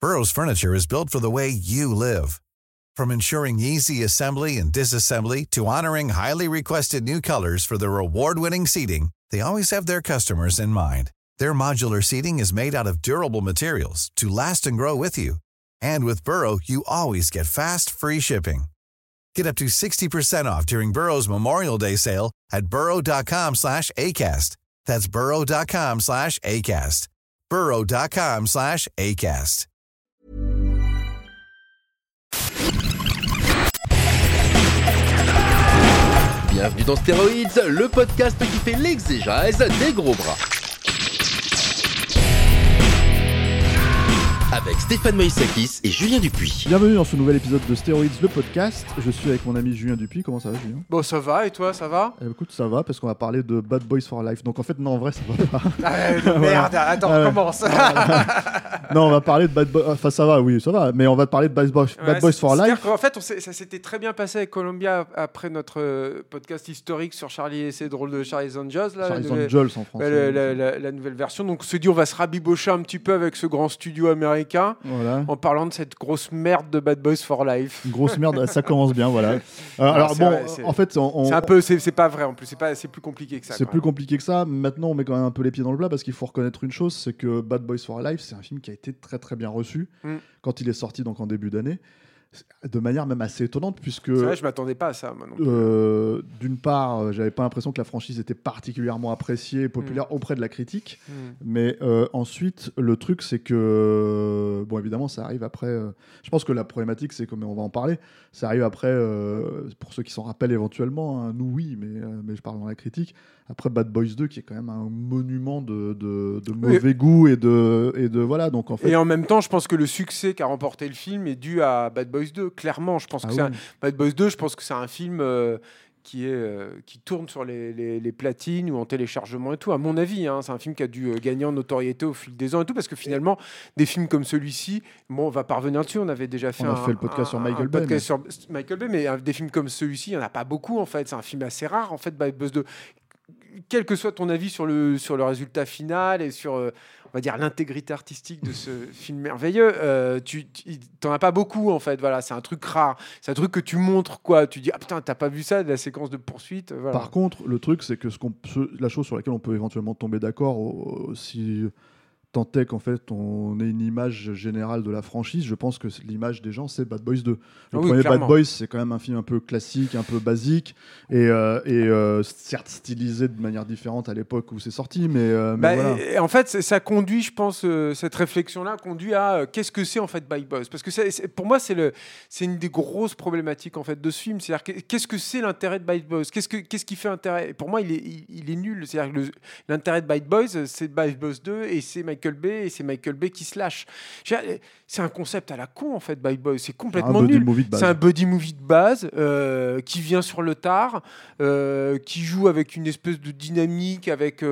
Burrow's furniture is built for the way you live. From ensuring easy assembly and disassembly to honoring highly requested new colors for their award-winning seating, they always have their customers in mind. Their modular seating is made out of durable materials to last and grow with you. And with Burrow, you always get fast, free shipping. Get up to 60% off during Burrow's Memorial Day sale at burrow.com/ACAST. That's burrow.com/ACAST. burrow.com/ACAST. Bienvenue dans Stéroïdes, le podcast qui fait l'exégèse des gros bras. Avec Stéphane Moïsakis et Julien Dupuis. Bienvenue dans ce nouvel épisode de Stéroïdes, le podcast. Je suis avec mon ami Julien Dupuis. Comment ça va, Julien ? Bon, ça va, et toi, ça va ? Écoute, ça va, parce qu'on va parler de Bad Boys for Life. Donc en fait, non, en vrai, ça va pas. Merde, attends, recommence. Non, on va parler de Bad Boys... Enfin, ça va, oui, ça va. Mais on va parler de Bad Boys for Life. En fait, ça s'était très bien passé avec Columbia après notre podcast historique sur Charlie et ses drôles de Charlie's Angels. Charlie's Angels en français. La nouvelle version. Donc on s'est dit, on va se rabibocher un petit peu avec ce grand studio américain. Voilà. En parlant de cette grosse merde de Bad Boys for Life. Une grosse merde, ça commence bien, voilà. Alors bon, vrai, en fait, c'est pas vrai en plus, c'est plus compliqué que ça. C'est plus compliqué que ça. Maintenant, on met quand même un peu les pieds dans le plat parce qu'il faut reconnaître une chose, c'est que Bad Boys for Life, c'est un film qui a été très très bien reçu quand il est sorti, donc en début d'année. De manière même assez étonnante, puisque... C'est vrai, je m'attendais pas à ça, moi non plus. D'une part, j'avais pas l'impression que la franchise était particulièrement appréciée et populaire auprès de la critique. Mais ensuite, le truc, c'est que... Bon, évidemment, ça arrive après... je pense que la problématique, c'est comme on va en parler, ça arrive après, pour ceux qui s'en rappellent éventuellement, hein, nous oui, mais je parle dans la critique, après Bad Boys 2, qui est quand même un monument de mauvais goût et de voilà, donc en fait... Et en même temps, je pense que le succès qu'a remporté le film est dû à Bad Boys 2, clairement. Je pense que Bad Boys 2, je pense que c'est un film qui tourne sur les platines ou en téléchargement et tout. À mon avis, hein, c'est un film qui a dû gagner en notoriété au fil des ans et tout, parce que finalement, des films comme celui-ci, bon, on va pas revenir dessus. On avait déjà fait le podcast sur Michael Bay. Mais des films comme celui-ci, il y en a pas beaucoup en fait. C'est un film assez rare en fait, Bad Boys 2. Quel que soit ton avis sur le résultat final et sur, on va dire, l'intégrité artistique de ce film merveilleux, t'en as pas beaucoup en fait. Voilà, c'est un truc rare, c'est un truc que tu montres quoi. Tu dis ah putain, t'as pas vu ça de la séquence de poursuite. Voilà. Par contre, le truc c'est que la chose sur laquelle on peut éventuellement tomber d'accord, si tant est qu'en fait on ait une image générale de la franchise, je pense que l'image des gens c'est Bad Boys 2. Le premier clairement. Bad Boys, c'est quand même un film un peu classique, un peu basique et certes stylisé de manière différente à l'époque où c'est sorti, mais voilà. Et en fait ça conduit, je pense, cette réflexion-là conduit à qu'est-ce que c'est en fait Bad Boys, parce que pour moi c'est une des grosses problématiques en fait de ce film, c'est-à-dire qu'est-ce que c'est l'intérêt de Bad Boys, qu'est-ce qui fait intérêt. Et pour moi il est nul, c'est-à-dire que l'intérêt de Bad Boys c'est Bad Boys 2 et c'est Michael Bay, et c'est Michael Bay qui se lâche. C'est un concept à la con en fait, Bad Boys, c'est complètement nul. C'est un buddy movie de base qui vient sur le tard, qui joue avec une espèce de dynamique, avec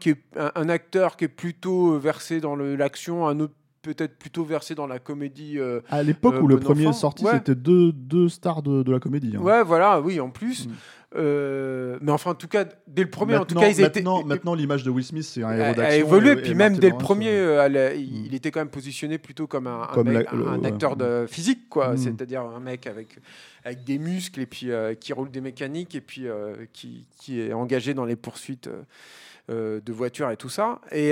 un acteur qui est plutôt versé dans l'action, un autre peut-être plutôt versé dans la comédie. À l'époque où le premier est sorti, c'était deux stars de la comédie. Hein. Ouais, voilà, oui, en plus. Mais enfin, en tout cas, dès le premier, maintenant, l'image de Will Smith, c'est un héros d'action. A évolué, puis même dès le premier, il était quand même positionné plutôt comme un acteur de physique, quoi. C'est-à-dire un mec avec des muscles et puis qui roule des mécaniques et puis qui est engagé dans les poursuites. De voitures et tout ça, et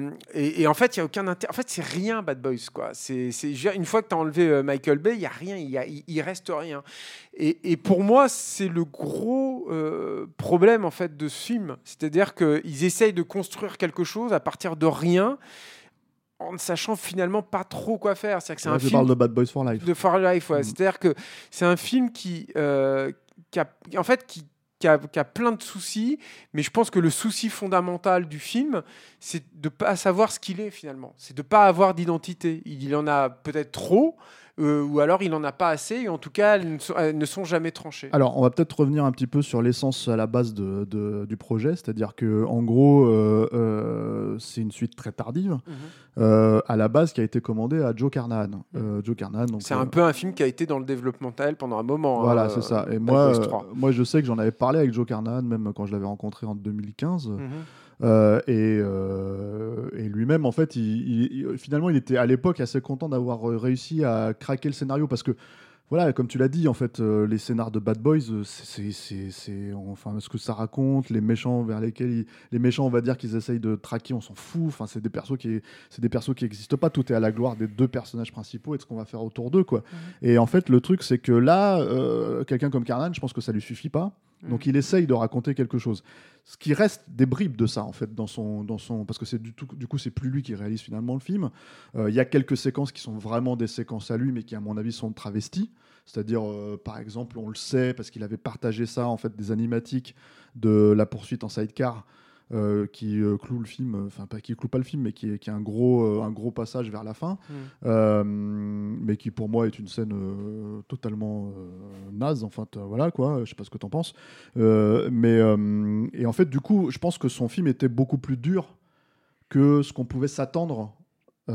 en fait il y a aucun intérêt. En fait c'est rien Bad Boys quoi. C'est une fois que tu as enlevé Michael Bay, il y a rien, il reste rien. Et pour moi c'est le gros problème en fait de ce film, c'est-à-dire qu'ils essayent de construire quelque chose à partir de rien, en ne sachant finalement pas trop quoi faire. C'est-à-dire que c'est un film. Je parle de Bad Boys for Life. De For Life, ouais. C'est-à-dire que c'est un film qui a plein de soucis, mais je pense que le souci fondamental du film, c'est de ne pas savoir ce qu'il est finalement. C'est de ne pas avoir d'identité. Il en a peut-être trop, ou alors il n'en a pas assez, et en tout cas, elles ne sont jamais tranchées. Alors, on va peut-être revenir un petit peu sur l'essence à la base du projet, c'est-à-dire qu'en gros, c'est une suite très tardive, à la base, qui a été commandée à Joe Carnahan. Joe Carnahan, donc, c'est un peu un film qui a été dans le développemental pendant un moment. Voilà, c'est ça. Et moi, je sais que j'en avais parlé avec Joe Carnahan, même quand je l'avais rencontré en 2015. Et lui-même, en fait, finalement, il était à l'époque assez content d'avoir réussi à craquer le scénario parce que, voilà, comme tu l'as dit, en fait, les scénars de Bad Boys, c'est enfin ce que ça raconte, les méchants vers lesquels les méchants, on va dire qu'ils essayent de traquer, on s'en fout. Enfin, c'est des persos qui n'existent pas. Tout est à la gloire des deux personnages principaux et de ce qu'on va faire autour d'eux, quoi. Et en fait, le truc, c'est que là, quelqu'un comme Carnan, je pense que ça lui suffit pas. Donc il essaye de raconter quelque chose. Ce qui reste des bribes de ça, en fait, dans son parce que du coup c'est plus lui qui réalise finalement le film. Il y a quelques séquences qui sont vraiment des séquences à lui, mais qui à mon avis sont travesties. C'est-à-dire, par exemple, on le sait parce qu'il avait partagé ça, en fait, des animatiques de la poursuite en sidecar. Qui cloue le film, enfin pas qui cloue pas le film, mais qui est un gros passage vers la fin, mais qui pour moi est une scène totalement naze. Enfin voilà quoi, je sais pas ce que t'en penses, et en fait du coup je pense que son film était beaucoup plus dur que ce qu'on pouvait s'attendre. En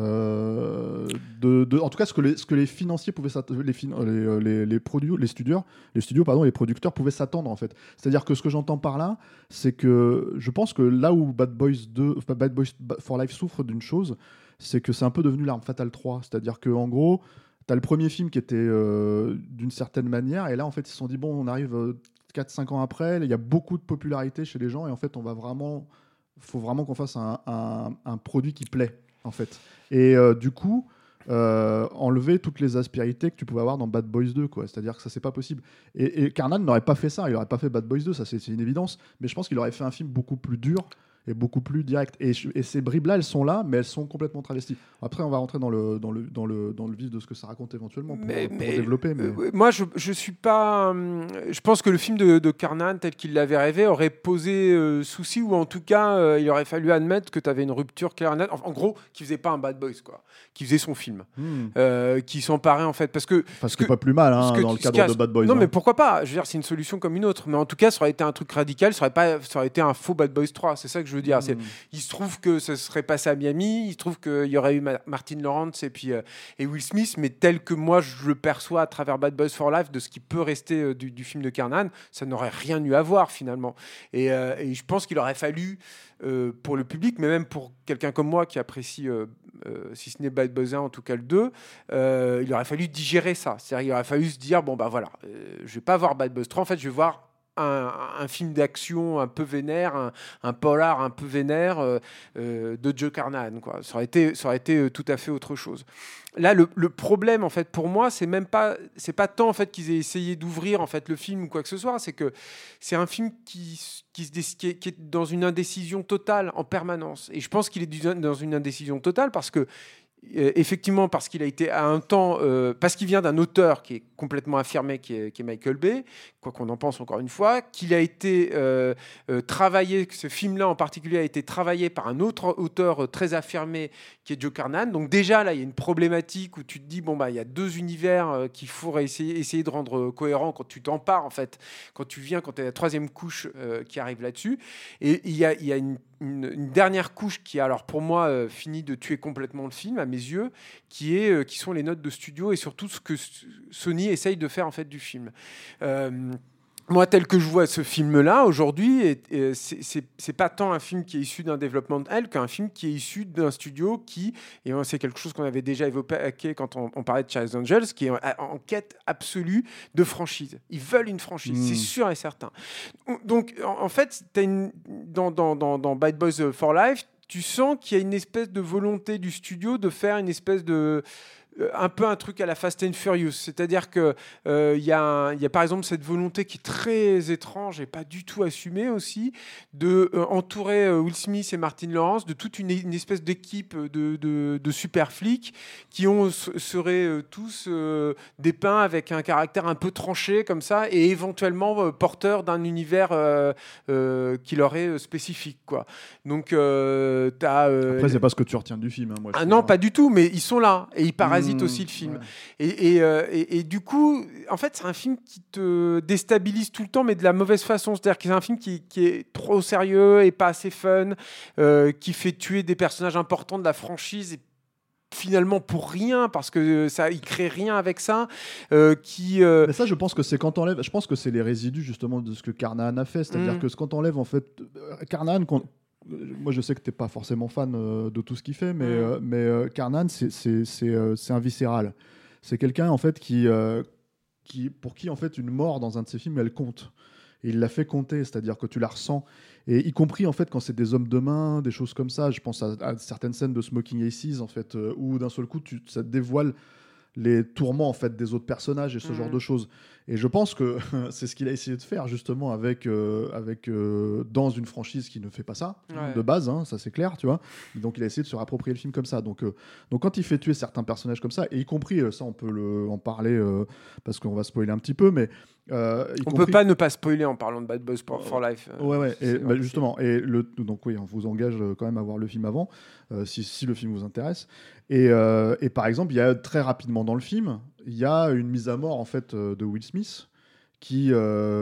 tout cas, ce que les financiers pouvaient s'attendre, les studios, les producteurs pouvaient s'attendre en fait. C'est-à-dire que ce que j'entends par là, c'est que je pense que là où Bad Boys for Life souffre d'une chose, c'est que c'est un peu devenu L'Arme Fatale 3. C'est-à-dire que en gros, t'as le premier film qui était d'une certaine manière, et là en fait ils se sont dit bon, on arrive 4-5 ans après, il y a beaucoup de popularité chez les gens, et en fait faut vraiment qu'on fasse un produit qui plaît. En fait. Et du coup, enlever toutes les aspérités que tu pouvais avoir dans Bad Boys 2, quoi. C'est-à-dire que ça, c'est pas possible. Et Carnan n'aurait pas fait ça, il n'aurait pas fait Bad Boys 2, ça c'est une évidence, mais je pense qu'il aurait fait un film beaucoup plus dur et beaucoup plus direct. Et ces bribes-là, elles sont là, mais elles sont complètement travesties. Après, on va rentrer dans le vif de ce que ça raconte éventuellement pour développer. Mais... moi, je suis pas. Je pense que le film de Carnan, tel qu'il l'avait rêvé, aurait posé souci, ou en tout cas, il aurait fallu admettre que tu avais une rupture claire. En gros, qui faisait pas un Bad Boys, quoi. Qui faisait son film. Qui s'emparait, en fait. Parce que c'est pas plus mal, hein, dans le cadre de Bad Boys. Non, mais pourquoi pas? Je veux dire, c'est une solution comme une autre. Mais en tout cas, ça aurait été un truc radical, ça aurait été un faux Bad Boys 3. C'est ça que je veux dire. Il se trouve que ça serait passé à Miami, il se trouve qu'il y aurait eu Martin Lawrence et Will Smith, mais tel que moi je le perçois à travers Bad Boys for Life, de ce qui peut rester du film de Carnan, ça n'aurait rien eu à voir finalement. Et je pense qu'il aurait fallu, pour le public, mais même pour quelqu'un comme moi qui apprécie, si ce n'est Bad Boys 1, en tout cas le 2, il aurait fallu digérer ça. C'est-à-dire qu'il aurait fallu se dire, bon bah voilà, je vais pas voir Bad Boys 3, en fait je vais voir un film d'action un peu vénère, un polar un peu vénère de Joe Carnahan, quoi. Ça aurait été tout à fait autre chose. Là, le problème, en fait, pour moi, c'est pas tant en fait qu'ils aient essayé d'ouvrir en fait le film ou quoi que ce soit. C'est que c'est un film qui est dans une indécision totale en permanence. Et je pense qu'il est dans une indécision totale parce que effectivement, parce qu'il a été à un temps, parce qu'il vient d'un auteur qui est complètement affirmé, qui est Michael Bay, quoi qu'on en pense encore une fois, qu'il a été travaillé, que ce film-là en particulier a été travaillé par un autre auteur très affirmé, qui est Joe Carnahan. Donc déjà là, il y a une problématique où tu te dis bon bah il y a deux univers qu'il faut essayer de rendre cohérents quand tu t'empares en fait, quand tu es à la troisième couche qui arrive là-dessus. Et il y a une dernière couche qui, alors pour moi, finit de tuer complètement le film, à mes yeux, qui sont les notes de studio et surtout ce que Sony essaye de faire en fait du film. Moi, tel que je vois ce film-là aujourd'hui, c'est pas tant un film qui est issu d'un développement de Hell qu'un film qui est issu d'un studio et c'est quelque chose qu'on avait déjà évoqué quand on parlait de Charlie's Angels, qui est en quête absolue de franchise. Ils veulent une franchise, c'est sûr et certain. Donc, en fait, dans Bad Boys for Life, tu sens qu'il y a une espèce de volonté du studio de faire une espèce de... un peu un truc à la Fast and Furious, c'est-à-dire que y a par exemple cette volonté qui est très étrange et pas du tout assumée aussi de entourer Will Smith et Martin Lawrence de toute une espèce d'équipe de super flics qui seraient tous dépeints avec un caractère un peu tranché comme ça et éventuellement porteurs d'un univers qui leur est spécifique, quoi. Donc après c'est pas ce que tu retiens du film, hein, moi, non, pas du tout, mais ils sont là et ils parasitent aussi le film. Ouais. Et du coup, en fait, c'est un film qui te déstabilise tout le temps, mais de la mauvaise façon. C'est-à-dire que c'est un film qui est trop sérieux et pas assez fun, qui fait tuer des personnages importants de la franchise et finalement pour rien, parce que ça, il crée rien avec ça. Mais ça, je pense que c'est quand t'enlèves. Je pense que c'est les résidus justement de ce que Carnahan a fait. C'est-à-dire que quand t'enlèves en fait Carnahan, moi je sais que t'es pas forcément fan de tout ce qu'il fait, mais Carnahan, c'est un viscéral. C'est quelqu'un en fait pour qui en fait une mort dans un de ses films elle compte. Et il l'a fait compter, c'est-à-dire que tu la ressens. Et y compris en fait quand c'est des hommes de main, des choses comme ça. Je pense à certaines scènes de Smoking Aces en fait, où d'un seul coup ça te dévoile les tourments en fait des autres personnages et ce genre de choses. Et je pense que c'est ce qu'il a essayé de faire justement avec dans une franchise qui ne fait pas ça de base, hein, ça c'est clair, tu vois. Donc il a essayé de se réapproprier le film comme ça. Donc quand il fait tuer certains personnages comme ça, et y compris ça on peut en parler parce qu'on va spoiler un petit peu, mais on peut pas ne pas spoiler en parlant de Bad Boys for Life. Ouais. Et justement, donc oui, on vous engage quand même à voir le film avant, si le film vous intéresse. Et par exemple, il y a très rapidement dans le film, il y a une mise à mort en fait de Will Smith où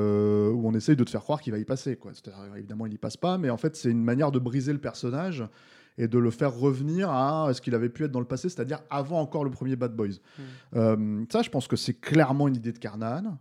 on essaye de te faire croire qu'il va y passer, quoi. C'est-à-dire, évidemment, il y passe pas, mais en fait, c'est une manière de briser le personnage et de le faire revenir à ce qu'il avait pu être dans le passé, c'est-à-dire avant encore le premier Bad Boys. Ça, je pense que c'est clairement une idée de Carnahan.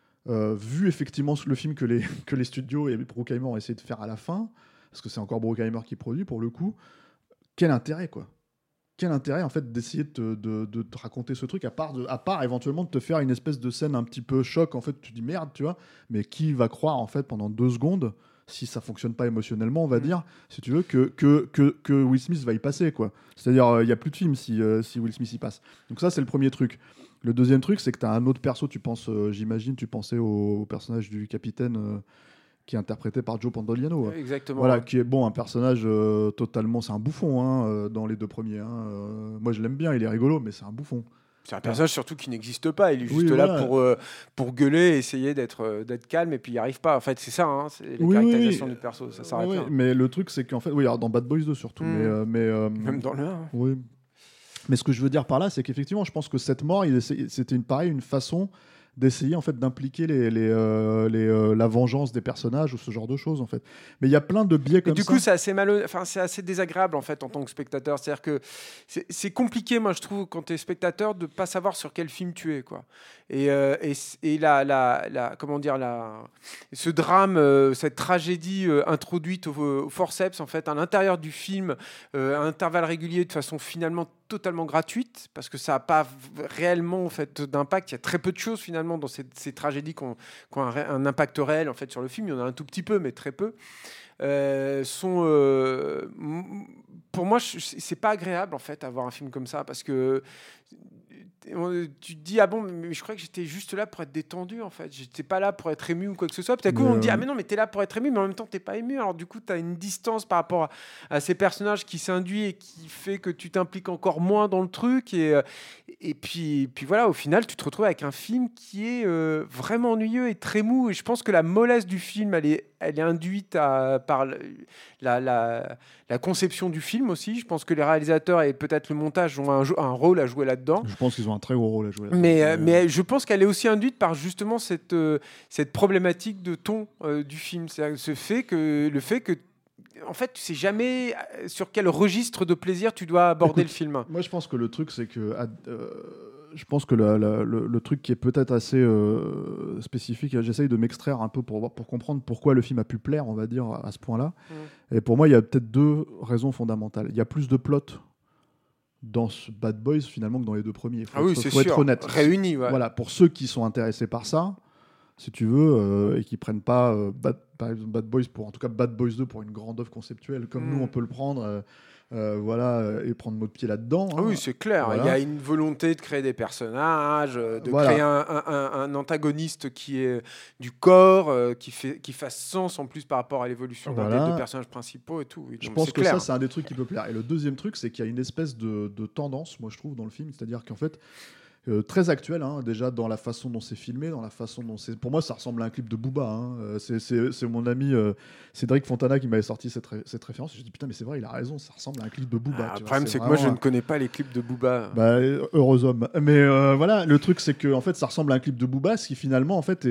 Vu effectivement le film que les studios et Bruckheimer ont essayé de faire à la fin, parce que c'est encore Bruckheimer qui produit pour le coup, quel intérêt, quoi. Quel intérêt en fait d'essayer de te raconter ce truc à part éventuellement de te faire une espèce de scène un petit peu choc, en fait tu dis merde, tu vois, mais qui va croire en fait pendant 2 secondes, si ça fonctionne pas émotionnellement on va dire, si tu veux, que Will Smith va y passer, quoi. C'est-à-dire il y a plus de film si Will Smith y passe. Donc ça c'est le premier truc. Le deuxième truc c'est que tu as un autre perso, tu penses j'imagine tu pensais au personnage du capitaine qui est interprété par Joe Pantoliano. Exactement. Voilà, qui est un personnage totalement... C'est un bouffon dans les 2 premiers. Moi, je l'aime bien, il est rigolo, mais c'est un bouffon. C'est un personnage surtout qui n'existe pas. Il est juste là pour gueuler, essayer d'être calme, et puis il n'y arrive pas. En fait, c'est ça, hein, c'est les caractérisations du perso. Ça s'arrête là. Mais le truc, c'est qu'en fait... Oui, alors dans Bad Boys 2 surtout. Même dans le 1. Oui. Mais ce que je veux dire par là, c'est qu'effectivement, je pense que cette mort, c'était une façon d'essayer en fait d'impliquer la vengeance des personnages ou ce genre de choses en fait. Mais il y a plein de biais comme ça. Du coup, c'est assez désagréable en fait en tant que spectateur. C'est-à-dire que c'est compliqué, moi je trouve, quand tu es spectateur, de pas savoir sur quel film tu es, quoi. Et comment dire, ce drame, cette tragédie introduite au forceps en fait à l'intérieur du film, à intervalles réguliers, de façon finalement totalement gratuite, parce que ça n'a pas réellement en fait d'impact. Il y a très peu de choses finalement dans ces tragédies qui ont un impact réel en fait sur le film. Il y en a un tout petit peu, mais très peu. Pour moi, c'est pas agréable en fait avoir un film comme ça, parce que tu te dis ah bon, mais je croyais que j'étais juste là pour être détendu en fait, j'étais pas là pour être ému ou quoi que ce soit. Puis à coup on te dit ah mais non, mais t'es là pour être ému, mais en même temps t'es pas ému. Alors du coup t'as une distance par rapport à ces personnages qui s'induit et qui fait que tu t'impliques encore moins dans le truc, et puis voilà, au final tu te retrouves avec un film qui est vraiment ennuyeux et très mou. Et je pense que la mollesse du film elle est induite par la conception du film aussi. Je pense que les réalisateurs et peut-être le montage ont un rôle à jouer là-dedans. Je pense qu'ils ont un très gros rôle à jouer là-dedans. Mais je pense qu'elle est aussi induite par justement cette problématique de ton du film. C'est-à-dire le fait que en fait, tu sais jamais sur quel registre de plaisir tu dois aborder le film. Moi, je pense que le truc, c'est que je pense que le truc qui est peut-être assez spécifique, j'essaye de m'extraire un peu pour comprendre pourquoi le film a pu plaire, on va dire, à ce point-là. Et pour moi, il y a peut-être 2 raisons fondamentales. Il y a plus de plot dans ce Bad Boys finalement que dans les 2 premiers. Faut être honnête. Réunis, ouais. Voilà, pour ceux qui sont intéressés par ça, si tu veux, et qui prennent pas Bad Boys en tout cas Bad Boys 2 pour une grande œuvre conceptuelle comme nous on peut le prendre. Et prendre notre pied là-dedans. Ah oui, c'est clair. Voilà. Il y a une volonté de créer des personnages, de créer un antagoniste qui est du corps, qui fasse sens en plus par rapport à l'évolution des 2 personnages principaux et tout. Je pense que ça, c'est un des trucs qui peut plaire. Et le deuxième truc, c'est qu'il y a une espèce de tendance, moi je trouve, dans le film, c'est-à-dire qu'en fait, très actuel, hein, déjà dans la façon dont c'est filmé, dans la façon dont c'est... Pour moi, ça ressemble à un clip de Booba. Hein. C'est mon ami Cédric Fontana qui m'avait sorti cette référence. Je me dis putain, mais c'est vrai, il a raison, ça ressemble à un clip de Booba. Le problème, c'est que moi, je ne connais pas les clips de Booba. Heureux homme. Mais voilà, le truc, c'est que en fait, ça ressemble à un clip de Booba, ce qui finalement en fait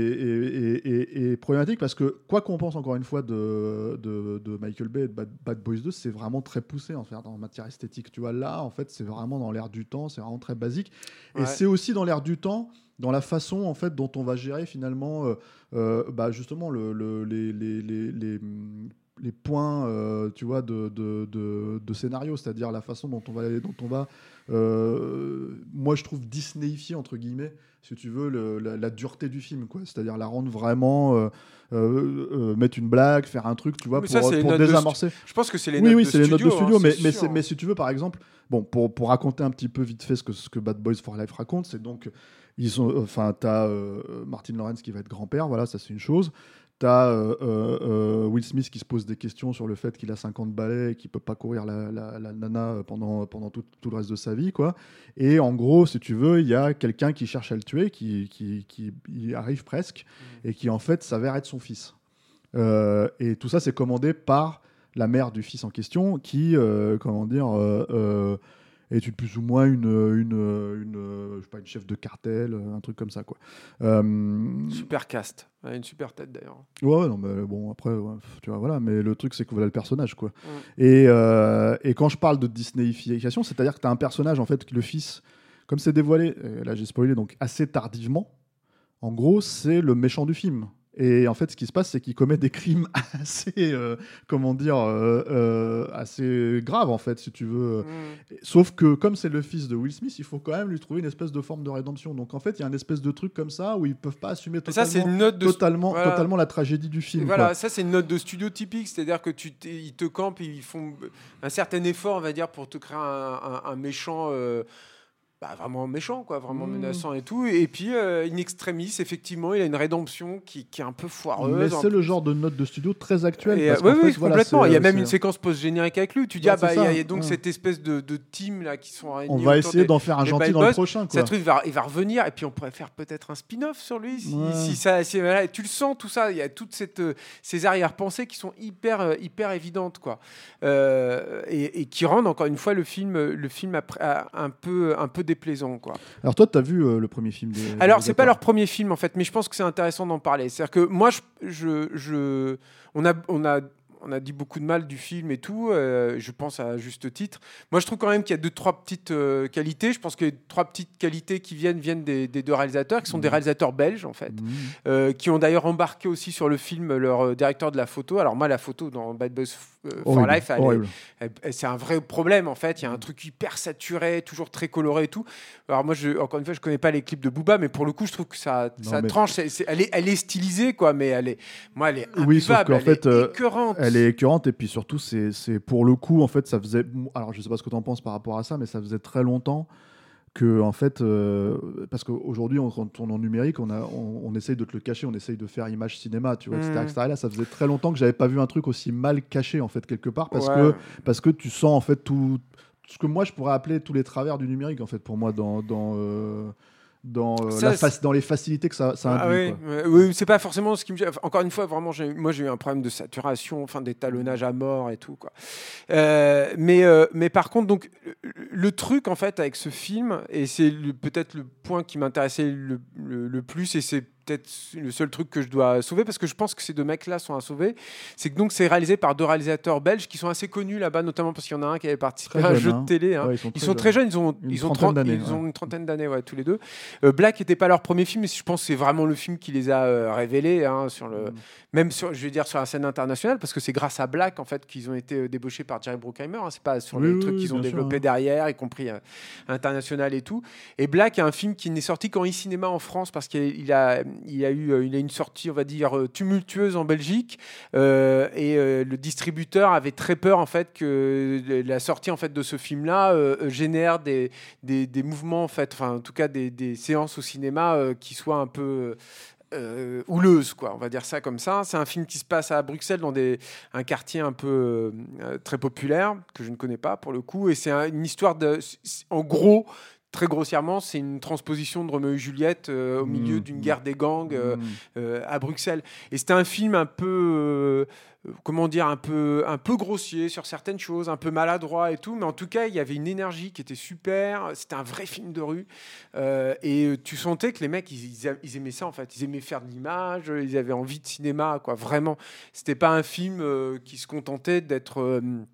est problématique, parce que quoi qu'on pense encore une fois de Michael Bay et de Bad Boys 2, c'est vraiment très poussé en fait en matière esthétique. Tu vois, là, en fait, c'est vraiment dans l'air du temps, c'est vraiment très basique. Et c'est aussi dans l'air du temps, dans la façon en fait dont on va gérer finalement justement points, tu vois, de scénario, c'est-à-dire la façon dont on va moi je trouve Disneyifier entre guillemets, si tu veux, la dureté du film, quoi. C'est-à-dire la rendre vraiment mettre une blague, faire un truc, tu vois, pour désamorcer. Je pense que c'est les notes de studio. Oui, c'est les notes de studio, mais si tu veux, par exemple, bon, pour raconter un petit peu vite fait ce que Bad Boys for Life raconte, c'est donc t'as Martin Lawrence qui va être grand-père, voilà, ça c'est une chose. T'as Will Smith qui se pose des questions sur le fait qu'il a 50 balais et qu'il peut pas courir la nana pendant tout le reste de sa vie, quoi. Et en gros, si tu veux, il y a quelqu'un qui cherche à le tuer, qui y arrive presque, et qui en fait s'avère être son fils. Et tout ça, c'est commandé par la mère du fils en question, qui, est plus ou moins je sais pas, une chef de cartel, un truc comme ça, quoi. Super cast, une super tête d'ailleurs. Ouais, non, mais bon, après, tu vois, voilà. Mais le truc, c'est que voilà le personnage, quoi. Et quand je parle de Disneyification, c'est-à-dire que tu as un personnage, en fait, le fils, comme c'est dévoilé, là j'ai spoilé, donc assez tardivement, en gros, c'est le méchant du film. Et en fait, ce qui se passe, c'est qu'il commet des crimes assez, assez graves, en fait, si tu veux. Sauf que, comme c'est le fils de Will Smith, il faut quand même lui trouver une espèce de forme de rédemption. Donc, en fait, il y a une espèce de truc comme ça où ils peuvent pas assumer totalement la tragédie du film. Voilà, quoi. Ça, c'est une note de studio typique. C'est-à-dire que ils te campent, ils font un certain effort, on va dire, pour te créer un méchant... vraiment méchant, quoi, vraiment menaçant et tout. Et puis, in extremis, effectivement, il a une rédemption qui est un peu foireuse. Mais c'est le genre de note de studio très actuelle. Oui, complètement. Il y a même une séquence post-générique avec lui. Tu dis, il y a donc cette espèce de team là qui sont réunis. On va essayer d'en faire un gentil dans le prochain. Ce truc, il va revenir et puis on pourrait faire peut-être un spin-off sur lui. Voilà, tu le sens, tout ça. Il y a toutes ces arrière-pensées qui sont hyper évidentes, quoi. Et qui rendent, encore une fois, le film un peu déplaisant, quoi. Alors toi, tu as vu le premier film Alors, c'est pas leur premier film, en fait, mais je pense que c'est intéressant d'en parler. C'est-à-dire que moi, on a dit beaucoup de mal du film et tout, je pense à juste titre. Moi, je trouve quand même qu'il y a 2-3 petites qualités. Je pense que les 3 petites qualités qui viennent des 2 réalisateurs, qui sont des réalisateurs belges, en fait, qui ont d'ailleurs embarqué aussi sur le film leur directeur de la photo. Alors moi, la photo dans Bad Boys for Life, c'est un vrai problème, en fait. Il y a un truc hyper saturé, toujours très coloré et tout. Alors moi, encore une fois, je connais pas les clips de Booba, mais pour le coup, je trouve que ça tranche. Elle est stylisée, quoi, mais elle est imbuvable, elle est écœurante. Elle est écœurante, et puis surtout, c'est pour le coup, en fait, ça faisait... Alors, je sais pas ce que tu en penses par rapport à ça, mais ça faisait très longtemps que, en fait, parce qu'aujourd'hui, quand on tourne en numérique, on essaye de te le cacher, on essaye de faire image cinéma, tu vois, etc. Là, ça faisait très longtemps que j'avais pas vu un truc aussi mal caché, en fait, quelque part, parce que tu sens, en fait, tout ce que moi, je pourrais appeler tous les travers du numérique, en fait, pour moi, dans les facilités que ça induit. Oui, c'est pas forcément ce qui me gêne. Encore une fois, vraiment, j'ai eu un problème de saturation, d'étalonnage à mort et tout, quoi. Mais par contre, donc, le truc, en fait, avec ce film, et c'est peut-être le point qui m'intéressait le plus, et c'est peut-être le seul truc que je dois sauver, parce que je pense que ces 2 mecs-là sont à sauver, c'est que donc c'est réalisé par 2 réalisateurs belges qui sont assez connus là-bas, notamment parce qu'il y en a un qui avait participé à un jeu de télé. Hein. Ouais, ils sont très jeunes, ils ont une trentaine d'années, tous les 2. Black n'était pas leur premier film, mais je pense que c'est vraiment le film qui les a révélés, hein, même sur la scène internationale, parce que c'est grâce à Black, en fait, qu'ils ont été débauchés par Jerry Bruckheimer. Hein, c'est pas sur les trucs qu'ils ont développés derrière, y compris international et tout. Et Black est un film qui n'est sorti qu'en e-cinéma en France, parce qu'il a une sortie, on va dire, tumultueuse en Belgique, et le distributeur avait très peur, en fait, que la sortie, en fait, de ce film-là génère des mouvements, en fait, en tout cas des séances au cinéma qui soient un peu houleuse, quoi, on va dire ça comme ça. C'est un film qui se passe à Bruxelles, dans un quartier un peu très populaire, que je ne connais pas pour le coup, et c'est une histoire en gros, très grossièrement, c'est une transposition de Roméo et Juliette au milieu d'une guerre des gangs à Bruxelles. Et c'était un film un peu... un peu grossier sur certaines choses, un peu maladroit et tout, mais en tout cas, il y avait une énergie qui était super, c'était un vrai film de rue, et tu sentais que les mecs, ils aimaient ça, en fait, ils aimaient faire de l'image, ils avaient envie de cinéma, quoi, vraiment. C'était pas un film qui se contentait d'être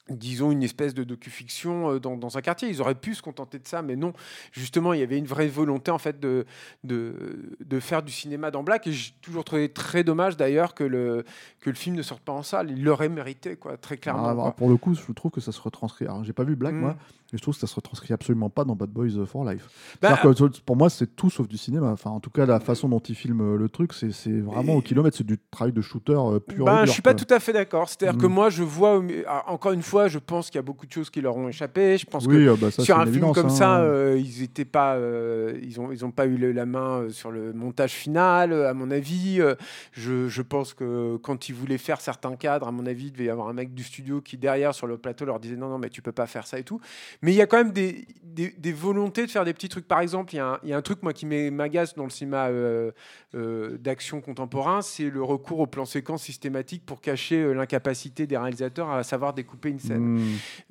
disons une espèce de docu-fiction dans un quartier. Ils auraient pu se contenter de ça, mais non. Justement, il y avait une vraie volonté en fait de faire du cinéma dans Black, et j'ai toujours trouvé très dommage d'ailleurs que le film ne sorte pas en salle. Il l'aurait mérité, quoi, très clairement. Pour le coup, je trouve que ça se retranscrit. Alors, j'ai pas vu Black, moi, mais je trouve que ça se retranscrit absolument pas dans Bad Boys for Life. Que, pour moi, c'est tout sauf du cinéma. Enfin, en tout cas, la façon dont ils filment le truc, c'est vraiment au kilomètre. C'est du travail de shooter pur et dur. Je suis pas tout à fait d'accord. C'est-à-dire que moi, je vois, encore une fois, je pense qu'il y a beaucoup de choses qui leur ont échappé. Je pense que ça, sur un film comme ça, ils étaient pas, ils ont pas eu la main sur le montage final. À mon avis, je pense que quand ils voulaient faire certains cadres, à mon avis, il devait y avoir un mec du studio qui derrière sur le plateau leur disait non, mais tu peux pas faire ça et tout. Mais il y a quand même des volontés de faire des petits trucs. Par exemple, il y a un truc moi qui m'agace dans le cinéma d'action contemporain, c'est le recours au plan séquence systématique pour cacher l'incapacité des réalisateurs à savoir découper une scène.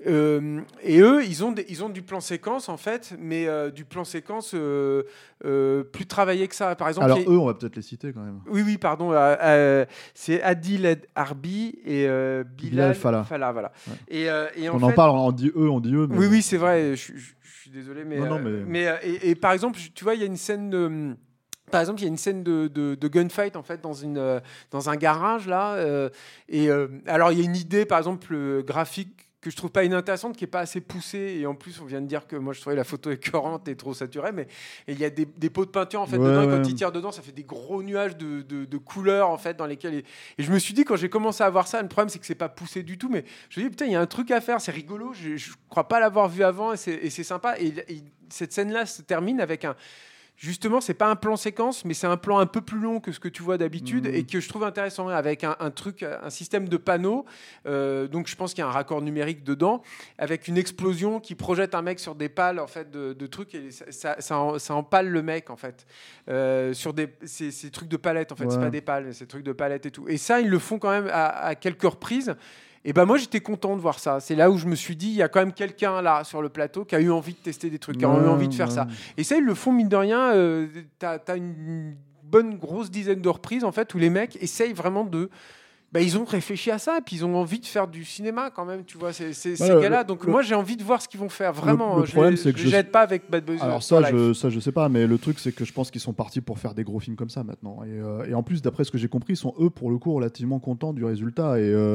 Et eux, ils ont du plan séquence en fait, mais du plan séquence plus travaillé que ça. Par exemple, alors eux, on va peut-être les citer quand même. Oui, pardon. C'est Adil Harbi et Bilal Fallah. Voilà. Ouais. Et on en parle, on dit eux. Mais oui, c'est vrai. Je suis désolé, mais par exemple, tu vois, il y a une scène de. Par exemple, il y a une scène de gunfight en fait dans un garage là. Alors, il y a une idée, par exemple, graphique que je trouve pas inintéressante, qui est pas assez poussée, et en plus on vient de dire que moi je trouvais la photo écœurante et trop saturée, mais il y a des pots de peinture en fait dedans, et quand ils tirent dedans ça fait des gros nuages de couleurs en fait dans lesquels et je me suis dit quand j'ai commencé à voir ça, le problème c'est que c'est pas poussé du tout, mais je me dis putain il y a un truc à faire, c'est rigolo, je crois pas l'avoir vu avant, et c'est sympa, et cette scène là se termine avec justement, c'est pas un plan séquence, mais c'est un plan un peu plus long que ce que tu vois d'habitude, et que je trouve intéressant, avec un système de panneaux. Donc, je pense qu'il y a un raccord numérique dedans, avec une explosion qui projette un mec sur des pales en fait de trucs, et ça empale le mec en fait sur ces trucs de palettes en fait. Ouais. C'est pas des pales, c'est des trucs de palettes et tout. Et ça, ils le font quand même à quelques reprises. Et ben moi j'étais content de voir ça. C'est là où je me suis dit il y a quand même quelqu'un là sur le plateau qui a eu envie de tester des trucs, qui a eu envie de faire ça. Et ça ils le font mine de rien. T'as une bonne grosse dizaine de reprises en fait où les mecs essayent vraiment de. Ils ont réfléchi à ça et puis ils ont envie de faire du cinéma quand même, tu vois, ces gars-là. Donc moi j'ai envie de voir ce qu'ils vont faire vraiment. Le problème c'est que je jette pas avec Bad Boys. Alors ça je sais pas, mais le truc c'est que je pense qu'ils sont partis pour faire des gros films comme ça maintenant. Et en plus d'après ce que j'ai compris, ils sont eux pour le coup relativement contents du résultat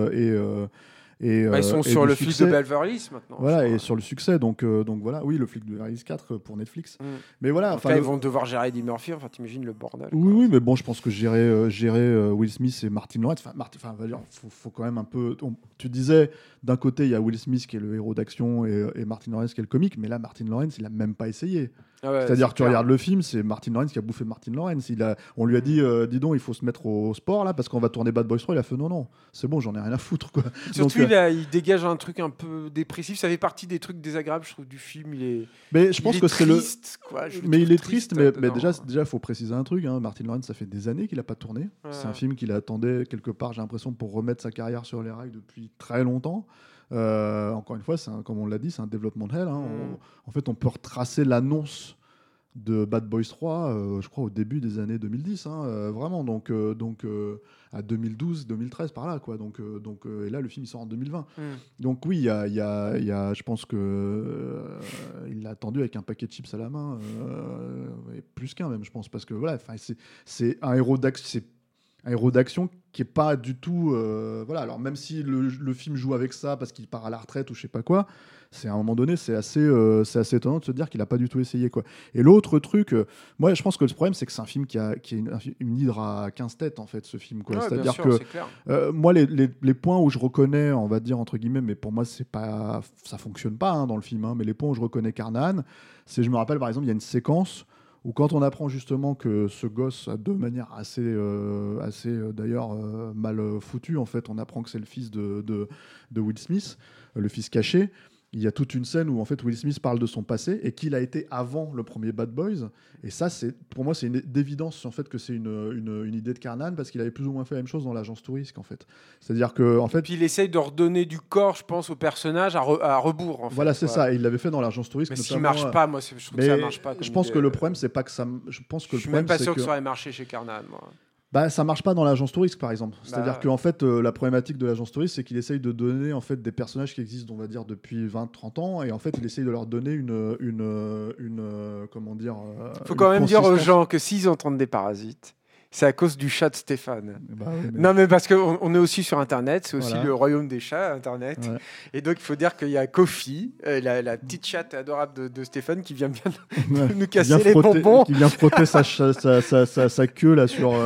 ils sont sur le flic de Beverly Hills maintenant. Voilà, et sur le succès, donc voilà, oui, le flic de Beverly Hills 4 pour Netflix. Mais voilà, là, ils vont devoir gérer Eddie Murphy, enfin t'imagines le bordel. Oui, mais bon, je pense que gérer Will Smith et Martin Lawrence, faut quand même un peu. Tu disais, d'un côté, il y a Will Smith qui est le héros d'action et Martin Lawrence qui est le comique, mais là, Martin Lawrence, il a même pas essayé. C'est-à-dire que tu regardes le film, c'est Martin Lawrence qui a bouffé Martin Lawrence. On lui a dit, dis donc, il faut se mettre au sport là parce qu'on va tourner Bad Boys 3. Il a fait non, c'est bon, j'en ai rien à foutre quoi. Surtout, il dégage un truc un peu dépressif. Ça fait partie des trucs désagréables, je trouve, du film. Mais je pense que c'est triste, quoi. Mais il est triste, mais déjà, faut préciser un truc. Hein. Martin Lawrence, ça fait des années qu'il a pas tourné. C'est un film qu'il attendait quelque part, j'ai l'impression, pour remettre sa carrière sur les rails depuis très longtemps. Encore une fois, comme on l'a dit, c'est un développement de hell. Hein. En fait, on peut retracer l'annonce de Bad Boys 3, je crois au début des années 2010, vraiment, donc à 2012, 2013 par là, quoi. Donc et là le film il sort en 2020. Donc oui, il y a, je pense que il l'a attendu avec un paquet de chips à la main, et plus qu'un même, je pense, parce que voilà, c'est un héros d'action qui est pas du tout voilà. Alors même si le film joue avec ça parce qu'il part à la retraite ou je sais pas quoi, c'est à un moment donné c'est assez étonnant de se dire qu'il a pas du tout essayé, quoi. Et l'autre truc, moi je pense que le problème c'est que c'est un film qui a une hydre à 15 têtes en fait, ce film, quoi. Ouais, c'est-à-dire sûr, que moi les points où je reconnais, on va dire entre guillemets, mais pour moi ça fonctionne pas dans le film, mais les points où je reconnais Carnahan, c'est, je me rappelle par exemple, il y a une séquence où quand on apprend justement que ce gosse a de manière assez d'ailleurs mal foutue, en fait, on apprend que c'est le fils de Will Smith, le fils caché. Il y a toute une scène où en fait Will Smith parle de son passé et qu'il a été avant le premier Bad Boys. Et ça, pour moi, c'est une évidence en fait que c'est une idée de Carnahan, parce qu'il avait plus ou moins fait la même chose dans l'agence Touriste, en fait. C'est-à-dire que en fait, puis il essaye de redonner du corps, je pense, au personnage à rebours. En fait, voilà, c'est ça. Et il l'avait fait dans l'agence Touriste. Mais s'il marche pas, moi, je trouve que ça marche pas. Je pense que le problème, c'est pas que ça. Je pense que je suis même pas sûr que ça aurait marché chez Carnahan, moi. Bah, ça marche pas dans l'agence touriste, par exemple. C'est-à-dire qu'en fait, la problématique de l'agence touriste, c'est qu'il essaye de donner en fait des personnages qui existent, on va dire, depuis 20-30 ans, et en fait, il essaye de leur donner une comment dire. Faut quand même dire aux gens que s'ils entendent des parasites, c'est à cause du chat de Stéphane. Bah oui, mais... Non, mais parce qu'on est aussi sur Internet, c'est aussi le royaume des chats, Internet. Ouais. Et donc, il faut dire qu'il y a Kofi, la petite chatte adorable de Stéphane, qui vient bien nous casser les bonbons. Qui vient frotter sa queue là, sur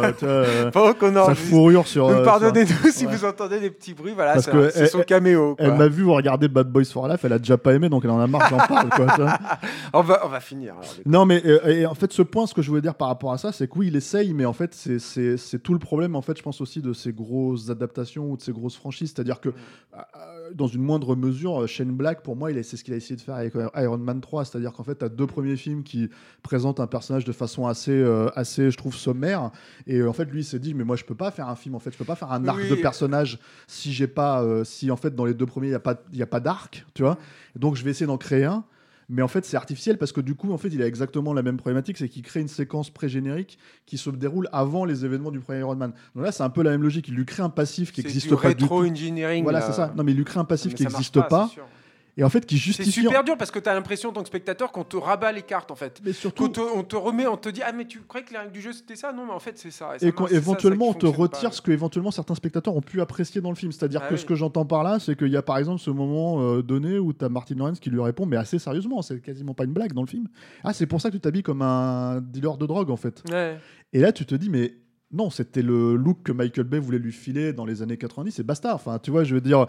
sa fourrure sur... Pardonnez-nous si vous entendez des petits bruits, voilà, c'est son caméo. Quoi. Elle m'a vu regarder Bad Boys for Life, elle a déjà pas aimé, donc elle en a marre, j'en parle. Quoi, on va finir. Alors, non, mais et en fait, ce point, ce que je voulais dire par rapport à ça, c'est que oui, il essaye, mais en fait, c'est tout le problème, en fait, je pense aussi de ces grosses adaptations ou de ces grosses franchises. C'est-à-dire que, dans une moindre mesure, Shane Black, pour moi, c'est ce qu'il a essayé de faire avec Iron Man 3. C'est-à-dire qu'en fait, tu as 2 premiers films qui présentent un personnage de façon assez, je trouve, sommaire. Et en fait, lui, il s'est dit, mais moi, je peux pas faire un film, en fait, je peux pas faire un arc de personnage si j'ai pas, si en fait, dans les 2 premiers, il y a pas d'arc, tu vois. Donc, je vais essayer d'en créer un. Mais en fait, c'est artificiel parce que du coup, en fait, il a exactement la même problématique, c'est qu'il crée une séquence pré-générique qui se déroule avant les événements du premier Iron Man. Donc là, c'est un peu la même logique. Il lui crée un passif qui n'existe pas du tout. C'est du rétro-engineering. Voilà, c'est ça. Non, mais il lui crée un passif qui n'existe pas. Et en fait, qui justifie... C'est super dur parce que tu as l'impression, en tant que spectateur, qu'on te rabat les cartes, en fait. Mais surtout... on te remet, on te dit « Ah, mais tu croyais que les règles du jeu, c'était ça ?» Non, mais en fait, c'est ça. Et quand éventuellement, on te retire ce que éventuellement certains spectateurs ont pu apprécier dans le film. C'est-à-dire que ce que j'entends par là, c'est qu'il y a par exemple ce moment donné où tu as Martin Lawrence qui lui répond, mais assez sérieusement, c'est quasiment pas une blague dans le film. Ah, c'est pour ça que tu t'habilles comme un dealer de drogue, en fait. Ouais. Et là, tu te dis, mais... Non, c'était le look que Michael Bay voulait lui filer dans les années 90 et basta. Enfin, tu vois, je veux dire,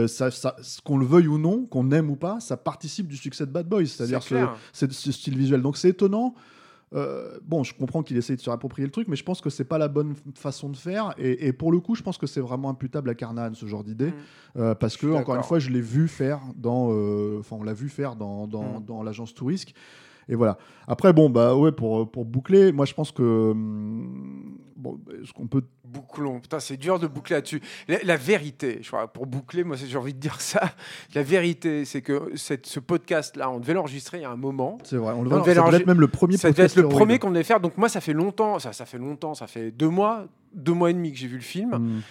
qu'on le veuille ou non, qu'on aime ou pas, ça participe du succès de Bad Boys. C'est-à-dire ce style visuel. Donc c'est étonnant. Bon, je comprends qu'il essaye de se réapproprier le truc, mais je pense que c'est pas la bonne façon de faire. Et pour le coup, je pense que c'est vraiment imputable à Carnahan, ce genre d'idée. Parce que, encore une fois, je l'ai vu faire on l'a vu faire dans l'agence Tourisque. Et voilà. Après, bon, bah ouais, pour boucler, moi je pense que est-ce qu'on peut... Bouclons. Putain, c'est dur de boucler là-dessus. La vérité, je crois, pour boucler, moi j'ai envie de dire ça. La vérité, c'est que ce podcast-là, on devait l'enregistrer il y a un moment. C'est vrai. Ça devait être même le premier podcast. Ça devait être le premier qu'on devait faire. Donc moi, ça fait longtemps. Ça fait 2 mois et demi que j'ai vu le film.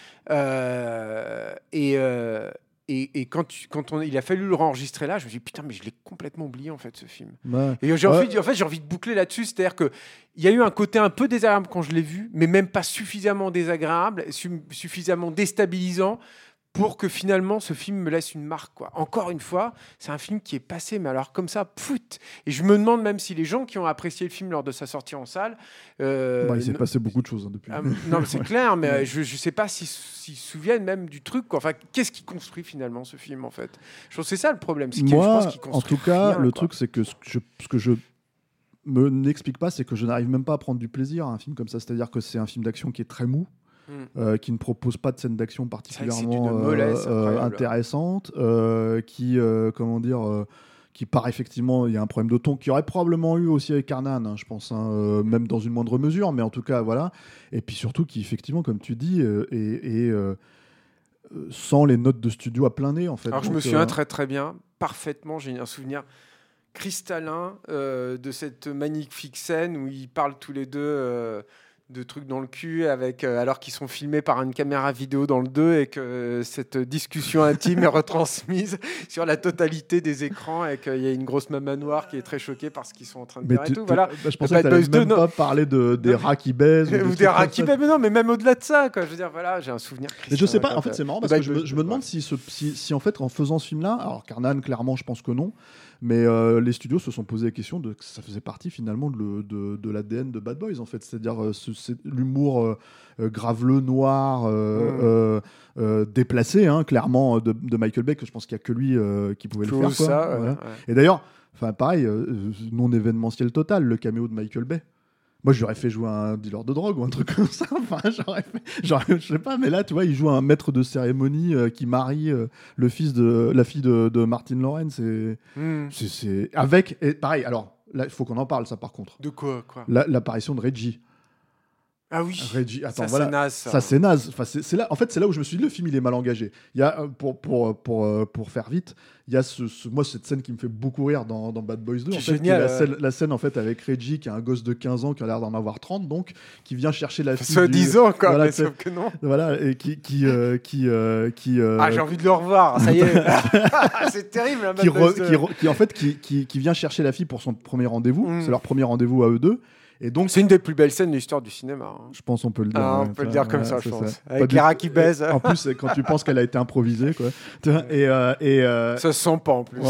Et quand il a fallu le réenregistrer là, je me suis dit putain, mais je l'ai complètement oublié en fait ce film. Ouais. Et j'ai envie de boucler là-dessus, c'est-à-dire que il y a eu un côté un peu désagréable quand je l'ai vu, mais même pas suffisamment désagréable, suffisamment déstabilisant pour que finalement ce film me laisse une marque, quoi. Encore une fois, c'est un film qui est passé, mais alors comme ça, pout. Et je me demande même si les gens qui ont apprécié le film lors de sa sortie en salle... il s'est passé beaucoup de choses depuis. Non, c'est clair, mais je ne sais pas s'ils se souviennent même du truc, quoi. Enfin, qu'est-ce qui construit finalement ce film, en fait? Je pense que c'est ça le problème. Je pense qu'il construit en tout cas, rien, le truc, c'est que ce que je n'explique pas, c'est que je n'arrive même pas à prendre du plaisir à un film comme ça. C'est-à-dire que c'est un film d'action qui est très mou. Qui ne propose pas de scène d'action particulièrement intéressante, qui part effectivement, il y a un problème de ton qui aurait probablement eu aussi avec Carnahan, je pense, même dans une moindre mesure, mais en tout cas voilà. Et puis surtout qui effectivement, comme tu dis, sans les notes de studio à plein nez en fait. Alors je me souviens très très bien, parfaitement, j'ai un souvenir cristallin de cette magnifique scène où ils parlent tous les deux. De trucs dans le cul alors qu'ils sont filmés par une caméra vidéo dans le 2 et que cette discussion intime est retransmise sur la totalité des écrans et qu'il y a une grosse maman noire qui est très choquée par ce qu'ils sont en train de faire et tout. Voilà. Je pensais que tu n'allais même pas parler des rats qui baisent. Ou des rats qui baisent, mais non, mais même au-delà de ça, quoi. Je veux dire, voilà, j'ai un souvenir. Mais je sais pas, en fait, c'est marrant parce que je me demande si en fait, en faisant ce film-là, alors Carnahan, clairement, je pense que non. Mais les studios se sont posé la question de que ça faisait partie finalement de l'ADN de Bad Boys en fait, c'est-à-dire l'humour graveleux, noir, déplacé, clairement de Michael Bay, que je pense qu'il n'y a que lui qui pouvait le faire. Ça, voilà. Et d'ailleurs, pareil, non événementiel total, le caméo de Michael Bay. Moi, j'aurais fait jouer un dealer de drogue ou un truc comme ça. Enfin, je sais pas, mais là, tu vois, il joue un maître de cérémonie qui marie la fille de Martin Lawrence. C'est avec, et pareil, alors, là, il faut qu'on en parle, ça, par contre. De quoi l'apparition de Reggie. Ah oui. Reggie, attends, ça, c'est naze. Ça c'est naze. Enfin, c'est là, en fait, c'est là où je me suis dit le film il est mal engagé. Il y a pour faire vite, il y a moi cette scène qui me fait beaucoup rire dans Bad Boys 2. C'est en fait, génial. La scène en fait avec Reggie qui est un gosse de 15 ans qui a l'air d'en avoir 30 donc qui vient chercher la fille. Soit 10 ans quoi, voilà, mais sauf que non. Voilà et qui Ah j'ai envie de le revoir. Ça y est. C'est terrible. Hein, qui vient chercher la fille pour son premier rendez-vous. C'est leur premier rendez-vous à eux deux. Et donc, c'est une des plus belles scènes de l'histoire du cinéma. Hein. Je pense on peut le dire. On peut le dire comme ça, je pense. Avec Clara qui baise. En plus, quand tu penses qu'elle a été improvisée, quoi. Ça se sent pas en plus.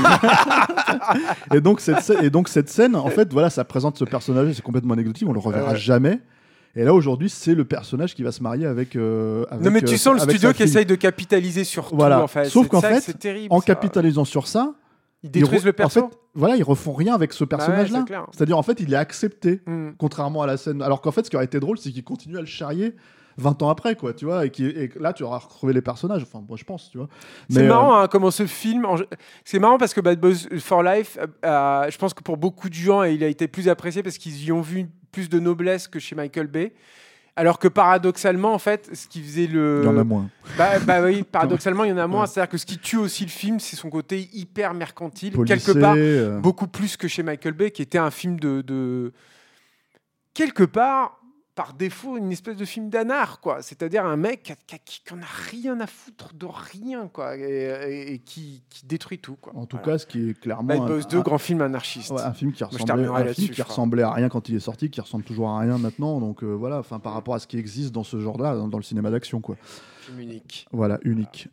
Et donc cette scène, en fait, voilà, ça présente ce personnage. C'est complètement anecdotique. On le reverra jamais. Et là, aujourd'hui, c'est le personnage qui va se marier avec. Non, mais tu sens le studio qui essaye de capitaliser sur tout, en fait. Sauf qu'en fait, c'est terrible, en capitalisant sur ça. Ils détruisent le perso. En fait, voilà, ils refont rien avec ce personnage-là. C'est-à-dire, en fait, il est accepté, contrairement à la scène. Alors qu'en fait, ce qui aurait été drôle, c'est qu'il continue à le charrier 20 ans après, quoi, tu vois, et là, tu auras retrouvé les personnages. Enfin, moi, je pense, tu vois. C'est marrant, hein, comment ce film. C'est marrant parce que Bad Boys for Life, je pense que pour beaucoup de gens, il a été plus apprécié parce qu'ils y ont vu plus de noblesse que chez Michael Bay. Alors que paradoxalement, en fait, ce qui faisait le... Il y en a moins. Bah oui, paradoxalement, il y en a moins. C'est-à-dire que ce qui tue aussi le film, c'est son côté hyper mercantile. Policé, quelque part, beaucoup plus que chez Michael Bay, qui était un film de... Quelque part, par défaut, une espèce de film d'anard, quoi. C'est-à-dire un mec qui en a rien à foutre de rien, quoi. Et qui détruit tout, quoi. En tout cas, ce qui est clairement... Bad Boys 2, grand film anarchiste. Ouais, un film qui ressemblait à rien quand il est sorti, qui ressemble toujours à rien maintenant. Donc voilà, par rapport à ce qui existe dans ce genre-là, dans le cinéma d'action, quoi. Film unique. Voilà, unique.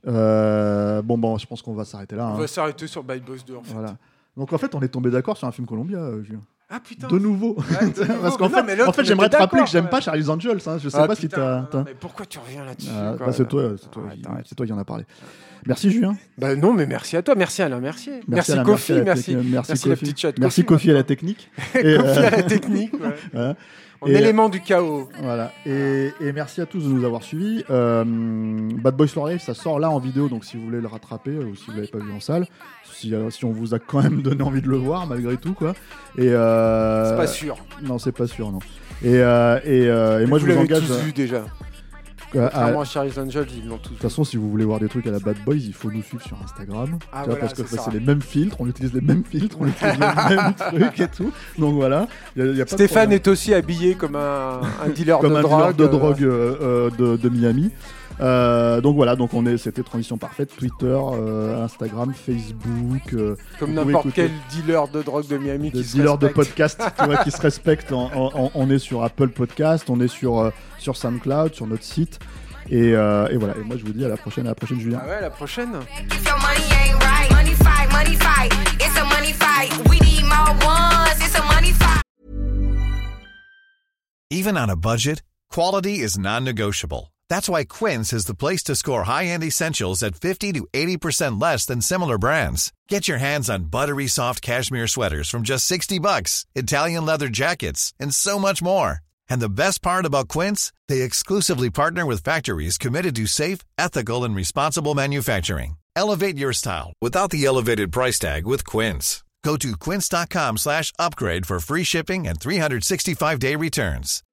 Bon, je pense qu'on va s'arrêter là. On va s'arrêter sur Bad Boys 2, en fait. Voilà. Donc en fait, on est tombé d'accord sur un film Columbia, Julien. Ah putain. De nouveau. Parce qu'en fait, j'aimerais te rappeler que j'aime pas Charlie's Angels. Hein. Je sais pas si t'as. Mais pourquoi tu reviens là-dessus c'est toi qui en as parlé. Merci Julien. Bah non, mais merci à toi, merci Alain Mercier. Merci Kofi, merci la petite chatte. Merci Kofi à la technique. Kofi à la technique. Voilà. En élément du chaos. Voilà. Et merci à tous de nous avoir suivis. Bad Boys for Life, ça sort là en vidéo, donc si vous voulez le rattraper ou si vous l'avez pas vu en salle, si on vous a quand même donné envie de le voir malgré tout, quoi. Et c'est pas sûr. Non, c'est pas sûr, non. Et moi je vous engage. Tous vu déjà. Contrairement à Charlie's Angels, ils l'ont tous. De toute façon, si vous voulez voir des trucs à la Bad Boys, il faut nous suivre sur Instagram. Voilà, parce que c'est les mêmes filtres, on utilise les mêmes filtres, on utilise les mêmes trucs et tout. Donc voilà. Y a pas Stéphane est aussi habillé comme un dealer comme de un drogue. Dealer de drogue de Miami. Donc voilà, c'était transition parfaite. Twitter, Instagram, Facebook. Comme n'importe quel dealer de drogue de Miami qui se dealer respecte. de podcast, tu vois, qui se respecte. On est sur Apple Podcast, on est sur SoundCloud, sur notre site. Et voilà. Et moi je vous dis à la prochaine Julien. Ah ouais, à la prochaine. Even on a budget, quality is non-negotiable. That's why Quince is the place to score high-end essentials at 50 to 80% less than similar brands. Get your hands on buttery soft cashmere sweaters from just $60, Italian leather jackets, and so much more. And the best part about Quince, they exclusively partner with factories committed to safe, ethical, and responsible manufacturing. Elevate your style without the elevated price tag with Quince. Go to quince.com/upgrade for free shipping and 365-day returns.